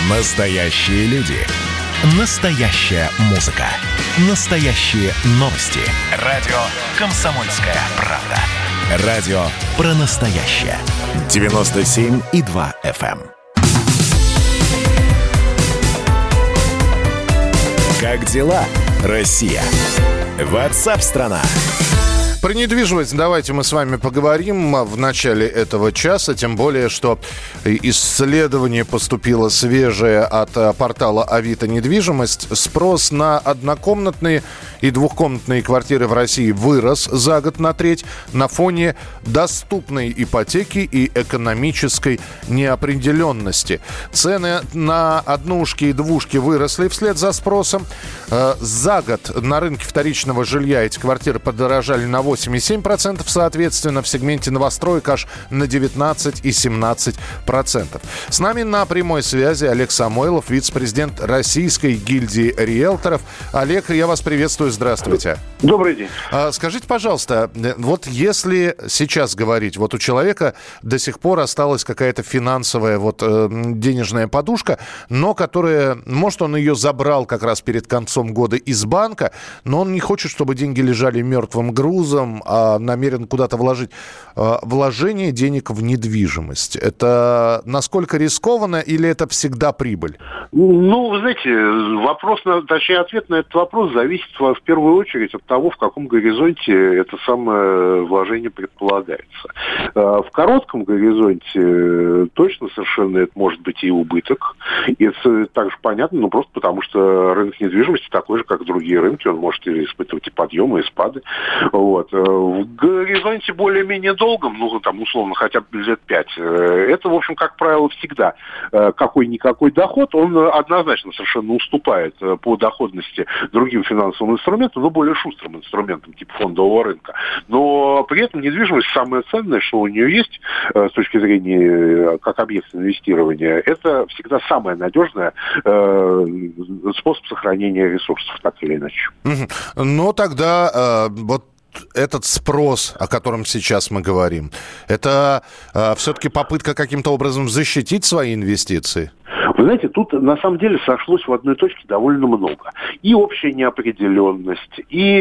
Настоящие люди. Настоящая музыка. Настоящие новости. Радио «Комсомольская правда». Радио про настоящее. 97,2 FM. Как дела, Россия? WhatsApp-страна. Про недвижимость давайте мы с вами поговорим в начале этого часа, тем более, что исследование поступило свежее от портала Авито недвижимость. Спрос на однокомнатные и двухкомнатные квартиры в России вырос за год на треть на фоне доступной ипотеки и экономической неопределенности. Цены на однушки и двушки выросли вслед за спросом. За год на рынке вторичного жилья эти квартиры подорожали на 8,7%, соответственно, в сегменте новостроек аж на 19,17%. С нами на прямой связи Олег Самойлов, вице-президент Российской гильдии риэлторов. Олег, я вас приветствую, здравствуйте. Добрый день. Скажите, пожалуйста, вот если сейчас говорить, вот у человека до сих пор осталась какая-то финансовая денежная подушка, но которая, может, он ее забрал как раз перед концом года из банка, но он не хочет, чтобы деньги лежали мертвым грузом, а намерен куда-то вложить. Вложение денег в недвижимость, это насколько рискованно или это всегда прибыль? Ну, вы знаете, ответ на этот вопрос зависит в первую очередь от того, в каком горизонте это самое вложение предполагается. В коротком горизонте точно совершенно это может быть и убыток. И это также понятно, просто потому что рынок недвижимости такой же, как и другие рынки, он может испытывать и подъемы, и спады. В горизонте более-менее долгом, условно, хотя бы лет 5, это, в общем, как правило, всегда какой-никакой доход, он однозначно совершенно уступает по доходности другим финансовым инструментам, но более шустрым инструментам, типа фондового рынка. Но при этом недвижимость самое ценное, что у нее есть с точки зрения как объект инвестирования, это всегда самое надежное способ сохранения ресурсов, так или иначе. Но тогда этот спрос, о котором сейчас мы говорим, это все-таки попытка каким-то образом защитить свои инвестиции? Вы знаете, тут на самом деле сошлось в одной точке довольно много. И общая неопределенность, и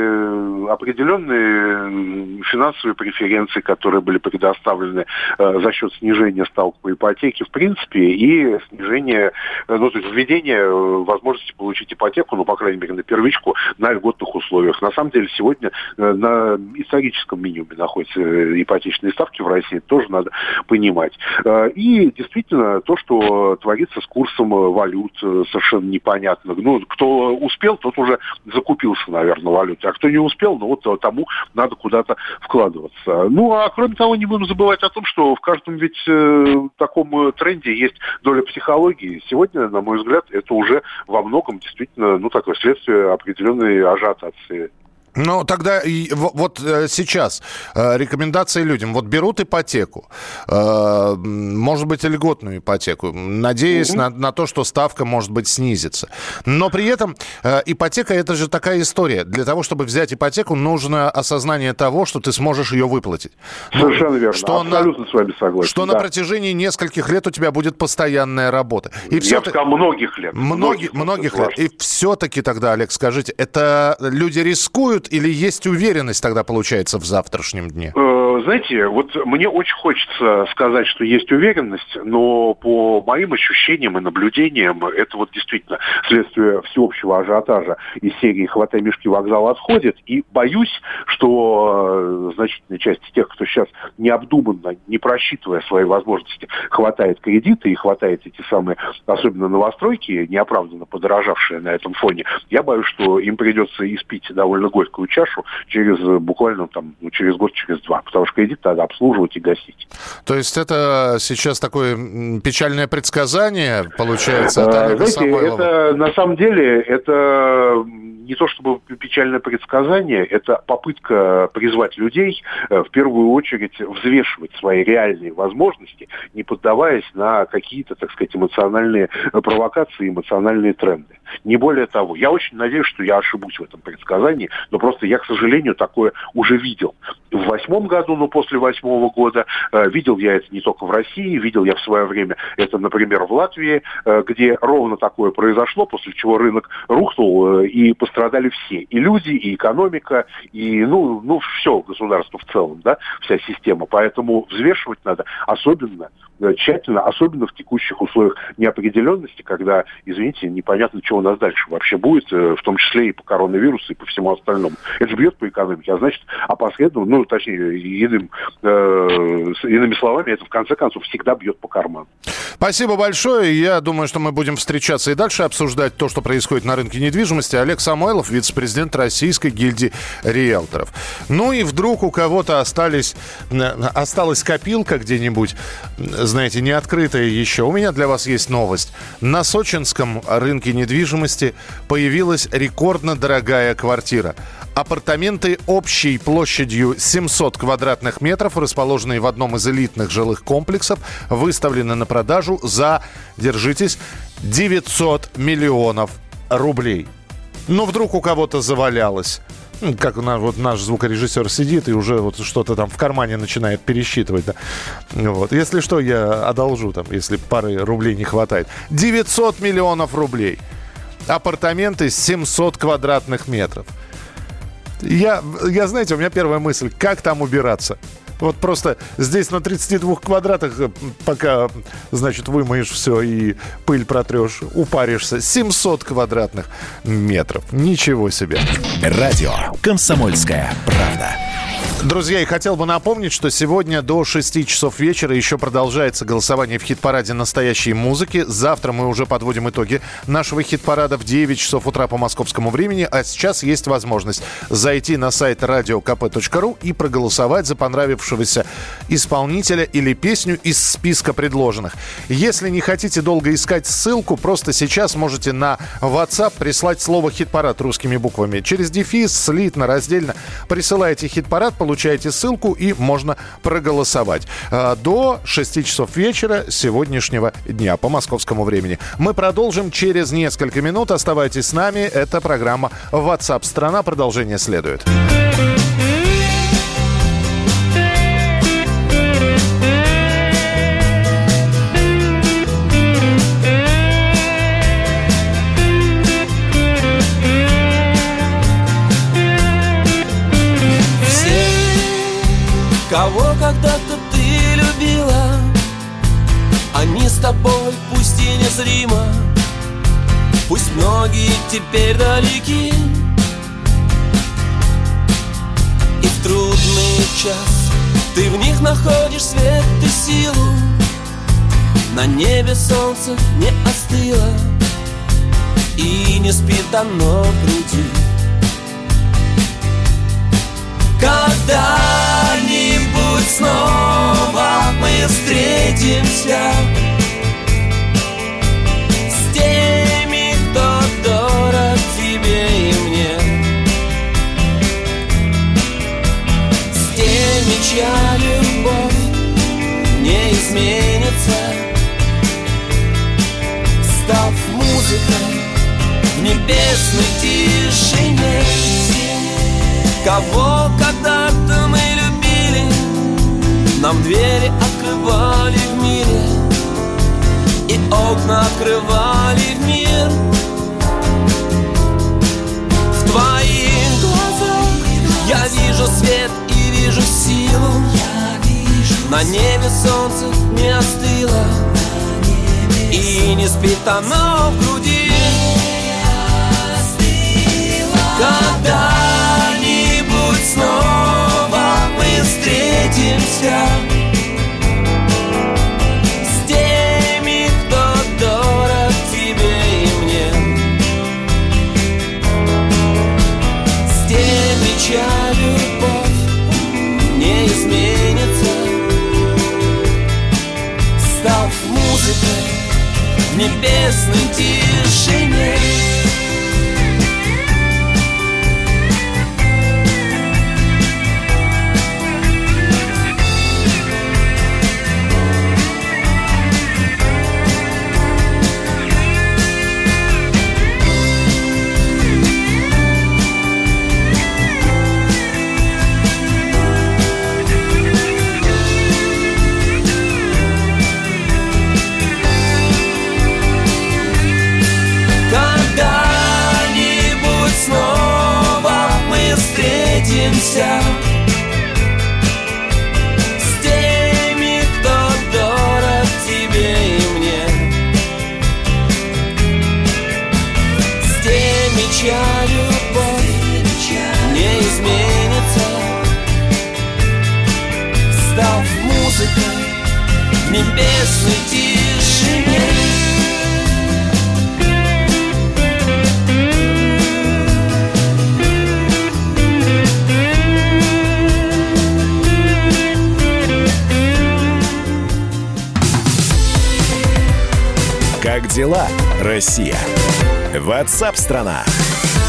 определенные финансовые преференции, которые были предоставлены за счет снижения ставок по ипотеке, в принципе, и снижение, то есть введение возможности получить ипотеку, по крайней мере, на первичку, на льготных условиях. На самом деле, сегодня на историческом минимуме находятся ипотечные ставки в России, тоже надо понимать. И действительно, то, что творится с курсом валют, совершенно непонятно. Кто успел, тот уже закупился, наверное, валютой. А кто не успел, тому надо куда-то вкладываться. А кроме того, не будем забывать о том, что в каждом ведь таком тренде есть доля психологии. Сегодня, на мой взгляд, это уже во многом действительно, такое следствие определенной ажиотации. Тогда сейчас рекомендации людям. Берут ипотеку, может быть, льготную ипотеку, надеясь на то, что ставка, может быть, снизится. Но при этом ипотека – это же такая история. Для того, чтобы взять ипотеку, нужно осознание того, что ты сможешь ее выплатить. Совершенно верно. Абсолютно с вами согласен. Что на протяжении нескольких лет у тебя будет постоянная работа. Я бы сказал, многих лет. Многих лет. И все-таки тогда, Олег, скажите, это люди рискуют или есть уверенность тогда, получается, в завтрашнем дне? Знаете, мне очень хочется сказать, что есть уверенность, но по моим ощущениям и наблюдениям это действительно следствие всеобщего ажиотажа из серии «Хватай мешки, вокзал отходит». И боюсь, что значительная часть тех, кто сейчас необдуманно, не просчитывая свои возможности, хватает кредиты и хватает эти самые, особенно новостройки, неоправданно подорожавшие на этом фоне, я боюсь, что им придется испить довольно горькую чашу буквально через год, через два, потому что кредит надо обслуживать и гасить. То есть это сейчас такое печальное предсказание, получается, от Олега Самойлова? Это на самом деле это не то чтобы печальное предсказание, это попытка призвать людей в первую очередь взвешивать свои реальные возможности, не поддаваясь на какие-то, так сказать, эмоциональные провокации, эмоциональные тренды. Не более того. Я очень надеюсь, что я ошибусь в этом предсказании, но просто я, к сожалению, такое уже видел. В 2008 году, но после 2008 года, видел я это не только в России, видел я в свое время это, например, в Латвии, где ровно такое произошло, после чего рынок рухнул, и пострадали все. И люди, и экономика, и, все государство в целом, да, вся система. Поэтому взвешивать надо особенно тщательно, особенно в текущих условиях неопределенности, когда, извините, непонятно, что у нас дальше вообще будет, в том числе и по коронавирусу, и по всему остальному. Это же бьет по экономике, а значит, опосредованно, иными словами, это в конце концов всегда бьет по карману. Спасибо большое. Я думаю, что мы будем встречаться и дальше обсуждать то, что происходит на рынке недвижимости. Олег Самойлов, вице-президент Российской гильдии риэлторов. Ну и вдруг у кого-то осталась копилка где-нибудь, знаете, не открытая еще. У меня для вас есть новость. На сочинском рынке недвижимости появилась рекордно дорогая квартира. Апартаменты общей площадью 700 квадратных метров, расположенные в одном из элитных жилых комплексов, выставлены на продажу за, держитесь, 900 миллионов рублей. Но вдруг у кого-то завалялось. Как наш звукорежиссер сидит и уже что-то там в кармане начинает пересчитывать. Да? Если что, я одолжу, если пары рублей не хватает. 900 миллионов рублей. Апартаменты 700 квадратных метров. Знаете, у меня первая мысль, как там убираться? Просто здесь на 32 квадратах, пока, вымоешь все и пыль протрешь, упаришься. 700 квадратных метров. Ничего себе. Радио «Комсомольская правда». Друзья, и хотел бы напомнить, что сегодня до 6 часов вечера еще продолжается голосование в хит-параде настоящей музыки. Завтра мы уже подводим итоги нашего хит-парада в 9 часов утра по московскому времени. А сейчас есть возможность зайти на сайт radiokp.ru и проголосовать за понравившегося исполнителя или песню из списка предложенных. Если не хотите долго искать ссылку, просто сейчас можете на WhatsApp прислать слово «хит-парад» русскими буквами. Через дефис, слитно, раздельно присылаете хит-парад, получаете ссылку и можно проголосовать. До 6 часов вечера сегодняшнего дня по московскому времени. Мы продолжим через несколько минут. Оставайтесь с нами. Это программа WhatsApp страна. Продолжение следует. Кого когда-то ты любила, они с тобой пусть и незримо, пусть многие теперь далеки. И в трудный час ты в них находишь свет и силу. На небе солнце не остыло, и не спит оно в груди. Когда-нибудь снова мы встретимся с теми, кто дорог тебе и мне, с теми, чья любовь не изменится, став музыкой в небесной тишине. Кого когда-то мы любили, нам двери открывали в мире, и окна открывали в мир. В твоих глазах я вижу свет и вижу силу. На небе солнце не остыло, и не спит оно в груди. Когда-нибудь снова мы встретимся с теми, кто дорог тебе и мне, с теми, чья любовь не изменится, став музыкой в небесной тишине. встретимся с теми, кто дорог тебе и мне, с теми, чья любовь не изменится, став музыкой в небесной тишине. Как дела, Россия? WhatsApp-страна!